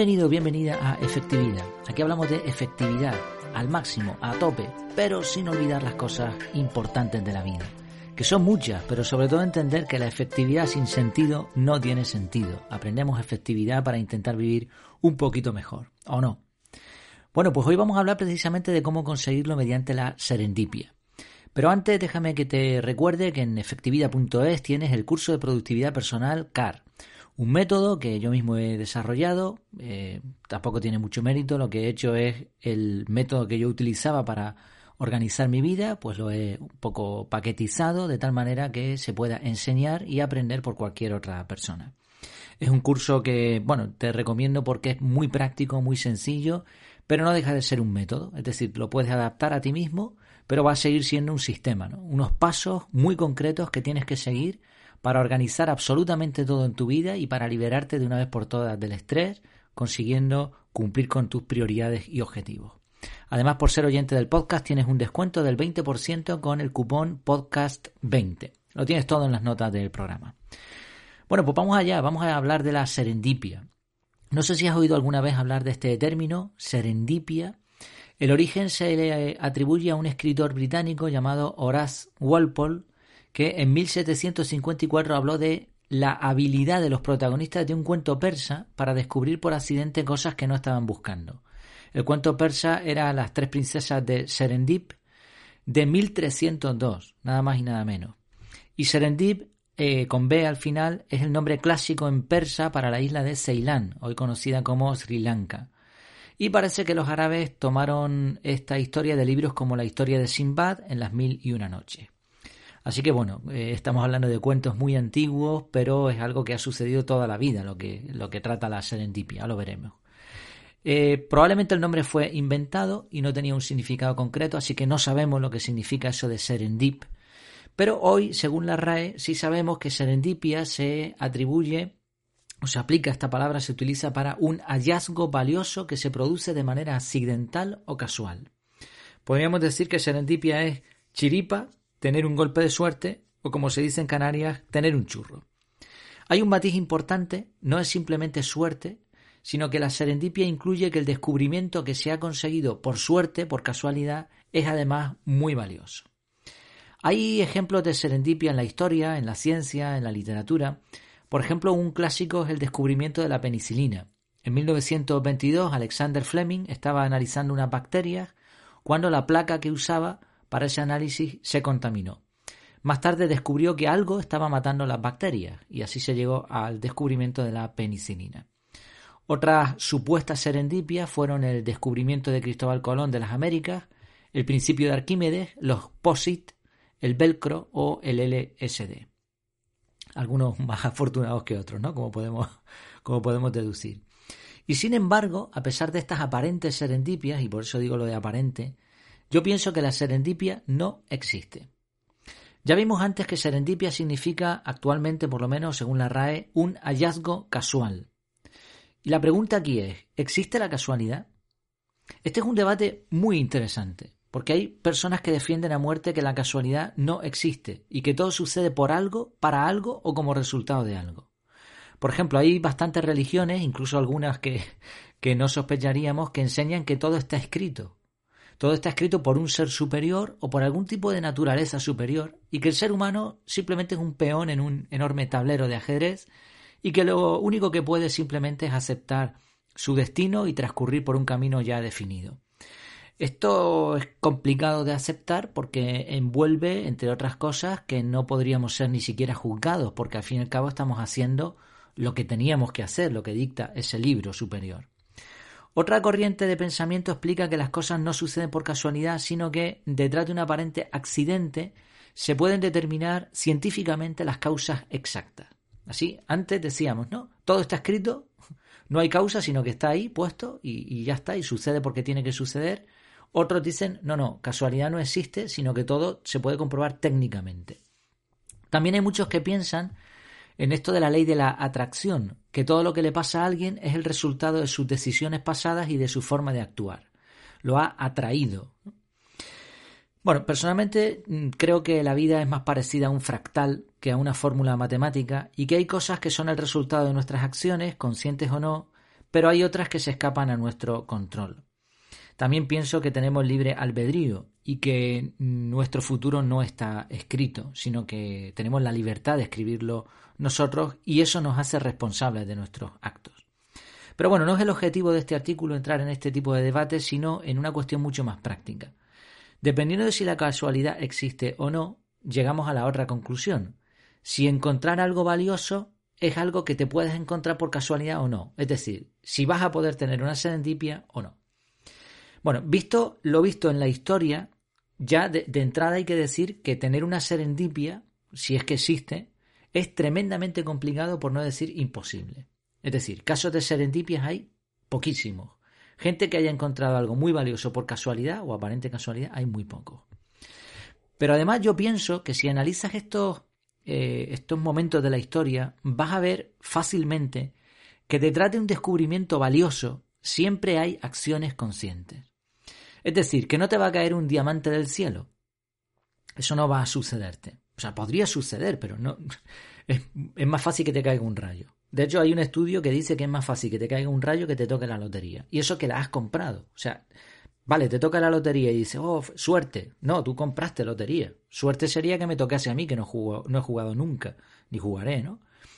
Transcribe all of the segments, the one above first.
Bienvenido, bienvenida a Efectividad. Aquí hablamos de efectividad, al máximo, a tope, pero sin olvidar las cosas importantes de la vida, que son muchas, pero sobre todo entender que la efectividad sin sentido no tiene sentido. Aprendemos efectividad para intentar vivir un poquito mejor, ¿o no? Bueno, pues hoy vamos a hablar precisamente de cómo conseguirlo mediante la serendipia. Pero antes déjame que te recuerde que en efectividad.es tienes el curso de productividad personal CAR. Un método que yo mismo he desarrollado, tampoco tiene mucho mérito, lo que he hecho es el método que yo utilizaba para organizar mi vida, pues lo he un poco paquetizado de tal manera que se pueda enseñar y aprender por cualquier otra persona. Es un curso que, bueno, te recomiendo porque es muy práctico, muy sencillo, pero no deja de ser un método, es decir, lo puedes adaptar a ti mismo, pero va a seguir siendo un sistema, ¿no? Unos pasos muy concretos que tienes que seguir para organizar absolutamente todo en tu vida y para liberarte de una vez por todas del estrés, consiguiendo cumplir con tus prioridades y objetivos. Además, por ser oyente del podcast, tienes un descuento del 20% con el cupón podcast20. Lo tienes todo en las notas del programa. Bueno, pues vamos allá, vamos a hablar de la serendipia. No sé si has oído alguna vez hablar de este término, serendipia. El origen se le atribuye a un escritor británico llamado Horace Walpole, que en 1754 habló de la habilidad de los protagonistas de un cuento persa para descubrir por accidente cosas que no estaban buscando. El cuento persa era Las tres princesas de Serendip, de 1302, nada más y nada menos. Y Serendip, con B al final, es el nombre clásico en persa para la isla de Ceilán, hoy conocida como Sri Lanka. Y parece que los árabes tomaron esta historia de libros como la historia de Sinbad en las 1001 noches. Así que bueno, estamos hablando de cuentos muy antiguos, pero es algo que ha sucedido toda la vida, lo que trata la serendipia, lo veremos. Probablemente el nombre fue inventado y no tenía un significado concreto, así que no sabemos lo que significa eso de serendip. Pero hoy, según la RAE, sí sabemos que serendipia se atribuye, o se aplica esta palabra, se utiliza para un hallazgo valioso que se produce de manera accidental o casual. Podríamos decir que serendipia es chiripa, tener un golpe de suerte o, como se dice en Canarias, tener un churro. Hay un matiz importante, no es simplemente suerte, sino que la serendipia incluye que el descubrimiento que se ha conseguido por suerte, por casualidad, es además muy valioso. Hay ejemplos de serendipia en la historia, en la ciencia, en la literatura. Por ejemplo, un clásico es el descubrimiento de la penicilina. En 1922, Alexander Fleming estaba analizando unas bacterias cuando la placa que usaba para ese análisis se contaminó. Más tarde descubrió que algo estaba matando las bacterias y así se llegó al descubrimiento de la penicilina. Otras supuestas serendipias fueron el descubrimiento de Cristóbal Colón de las Américas, el principio de Arquímedes, los POSIT, el velcro o el LSD. Algunos más afortunados que otros, ¿no? Como podemos deducir. Y sin embargo, a pesar de estas aparentes serendipias, y por eso digo lo de aparente, yo pienso que la serendipia no existe. Ya vimos antes que serendipia significa, actualmente por lo menos según la RAE, un hallazgo casual. Y la pregunta aquí es, ¿existe la casualidad? Este es un debate muy interesante, porque hay personas que defienden a muerte que la casualidad no existe y que todo sucede por algo, para algo o como resultado de algo. Por ejemplo, hay bastantes religiones, incluso algunas que no sospecharíamos, que enseñan que todo está escrito. Todo está escrito por un ser superior o por algún tipo de naturaleza superior y que el ser humano simplemente es un peón en un enorme tablero de ajedrez y que lo único que puede simplemente es aceptar su destino y transcurrir por un camino ya definido. Esto es complicado de aceptar porque envuelve, entre otras cosas, que no podríamos ser ni siquiera juzgados porque al fin y al cabo estamos haciendo lo que teníamos que hacer, lo que dicta ese libro superior. Otra corriente de pensamiento explica que las cosas no suceden por casualidad, sino que detrás de un aparente accidente se pueden determinar científicamente las causas exactas. Así, antes decíamos, ¿no? Todo está escrito, no hay causa, sino que está ahí puesto y ya está, y sucede porque tiene que suceder. Otros dicen, no, casualidad no existe, sino que todo se puede comprobar técnicamente. También hay muchos que piensan en esto de la ley de la atracción, que todo lo que le pasa a alguien es el resultado de sus decisiones pasadas y de su forma de actuar. Lo ha atraído. Bueno, personalmente creo que la vida es más parecida a un fractal que a una fórmula matemática y que hay cosas que son el resultado de nuestras acciones, conscientes o no, pero hay otras que se escapan a nuestro control. También pienso que tenemos libre albedrío y que nuestro futuro no está escrito, sino que tenemos la libertad de escribirlo nosotros y eso nos hace responsables de nuestros actos. Pero bueno, no es el objetivo de este artículo entrar en este tipo de debates, sino en una cuestión mucho más práctica. Dependiendo de si la casualidad existe o no, llegamos a la otra conclusión. Si encontrar algo valioso es algo que te puedes encontrar por casualidad o no. Es decir, si vas a poder tener una serendipia o no. Bueno, visto lo visto en la historia, ya de entrada hay que decir que tener una serendipia, si es que existe, es tremendamente complicado, por no decir imposible. Es decir, casos de serendipias hay poquísimos. Gente que haya encontrado algo muy valioso por casualidad o aparente casualidad hay muy pocos. Pero además yo pienso que si analizas estos momentos de la historia, vas a ver fácilmente que detrás de un descubrimiento valioso siempre hay acciones conscientes. Es decir, que no te va a caer un diamante del cielo. Eso no va a sucederte. O sea, podría suceder, pero no. Es más fácil que te caiga un rayo. De hecho, hay un estudio que dice que es más fácil que te caiga un rayo que te toque la lotería. Y eso que la has comprado. O sea, vale, te toca la lotería y dices, oh, suerte. No, tú compraste lotería. Suerte sería que me tocase a mí, que no he jugado nunca. Ni jugaré, ¿no?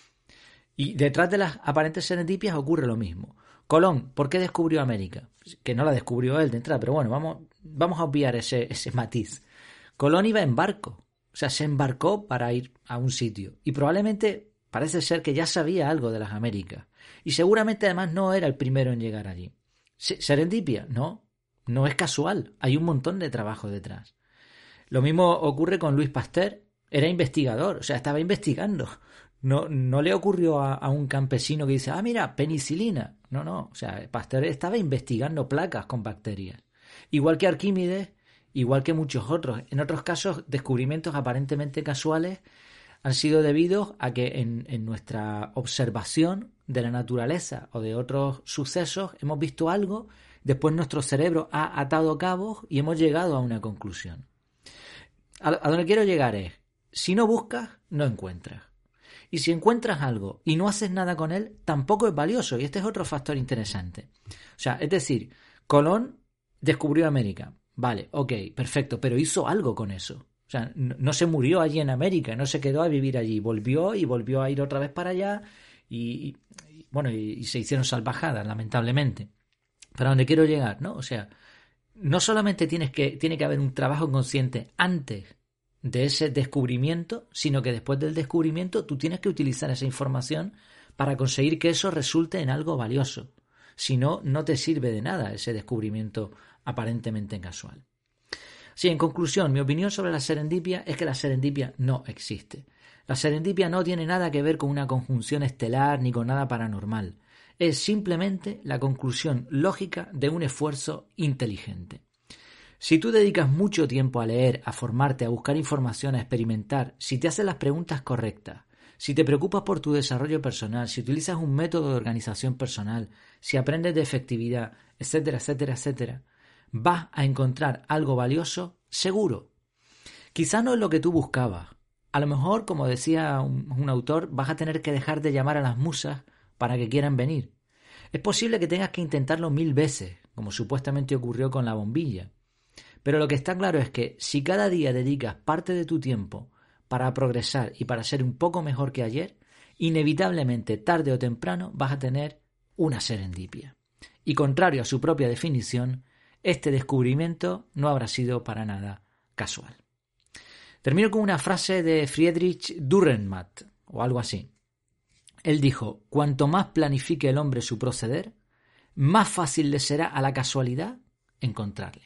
Y detrás de las aparentes serendipias ocurre lo mismo. Colón, ¿por qué descubrió América? Que no la descubrió él de entrada, pero bueno, vamos a obviar ese matiz. Colón iba en barco, o sea, se embarcó para ir a un sitio y probablemente parece ser que ya sabía algo de las Américas y seguramente además no era el primero en llegar allí. ¿Serendipia? No es casual, hay un montón de trabajo detrás. Lo mismo ocurre con Louis Pasteur, era investigador, o sea, estaba investigando. No le ocurrió a un campesino que dice, mira, penicilina. No, o sea, Pasteur estaba investigando placas con bacterias. Igual que Arquímedes, igual que muchos otros. En otros casos, descubrimientos aparentemente casuales han sido debidos a que en nuestra observación de la naturaleza o de otros sucesos hemos visto algo, después nuestro cerebro ha atado cabos y hemos llegado a una conclusión. A donde quiero llegar es, si no buscas, no encuentras. Y si encuentras algo y no haces nada con él, tampoco es valioso. Y este es otro factor interesante. O sea, es decir, Colón descubrió América. Vale, ok, perfecto, pero hizo algo con eso. O sea, no se murió allí en América, no se quedó a vivir allí. Volvió a ir otra vez para allá y se hicieron salvajadas, lamentablemente. Pero a donde quiero llegar, ¿no? O sea, no solamente tiene que haber un trabajo consciente antes de ese descubrimiento, sino que después del descubrimiento tú tienes que utilizar esa información para conseguir que eso resulte en algo valioso. Si no, no te sirve de nada ese descubrimiento aparentemente casual. Sí, en conclusión, mi opinión sobre la serendipia es que la serendipia no existe. La serendipia no tiene nada que ver con una conjunción estelar ni con nada paranormal. Es simplemente la conclusión lógica de un esfuerzo inteligente. Si tú dedicas mucho tiempo a leer, a formarte, a buscar información, a experimentar, si te haces las preguntas correctas, si te preocupas por tu desarrollo personal, si utilizas un método de organización personal, si aprendes de efectividad, etcétera, etcétera, etcétera, vas a encontrar algo valioso seguro. Quizá no es lo que tú buscabas. A lo mejor, como decía un autor, vas a tener que dejar de llamar a las musas para que quieran venir. Es posible que tengas que intentarlo 1000 veces, como supuestamente ocurrió con la bombilla. Pero lo que está claro es que si cada día dedicas parte de tu tiempo para progresar y para ser un poco mejor que ayer, inevitablemente tarde o temprano vas a tener una serendipia. Y contrario a su propia definición, este descubrimiento no habrá sido para nada casual. Termino con una frase de Friedrich Dürrenmatt, o algo así. Él dijo, cuanto más planifique el hombre su proceder, más fácil le será a la casualidad encontrarle.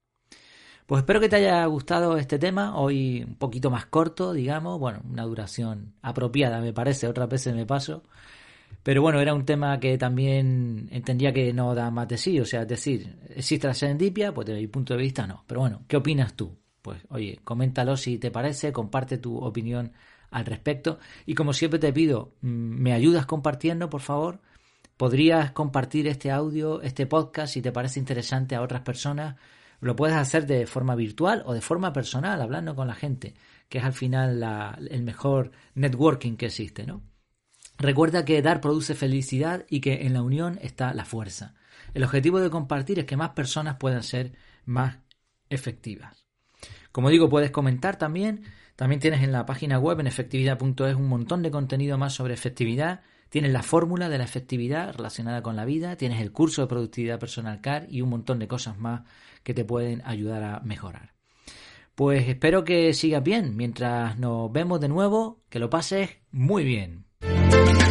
Pues espero que te haya gustado este tema, hoy un poquito más corto, digamos, bueno, una duración apropiada me parece, otras veces me paso, pero bueno, era un tema que también entendía que no da más de sí, o sea, es decir, ¿existe la serendipia? Pues desde mi punto de vista no, pero bueno, ¿qué opinas tú? Pues oye, coméntalo si te parece, comparte tu opinión al respecto y como siempre te pido, ¿me ayudas compartiendo, por favor? ¿Podrías compartir este audio, este podcast, si te parece interesante a otras personas? Lo puedes hacer de forma virtual o de forma personal, hablando con la gente, que es al final el mejor networking que existe, ¿no? Recuerda que dar produce felicidad y que en la unión está la fuerza. El objetivo de compartir es que más personas puedan ser más efectivas. Como digo, puedes comentar también. También tienes en la página web en efectividad.es un montón de contenido más sobre efectividad. Tienes la fórmula de la efectividad relacionada con la vida. Tienes el curso de productividad personal CAR y un montón de cosas más que te pueden ayudar a mejorar. Pues espero que sigas bien. Mientras nos vemos de nuevo, que lo pases muy bien.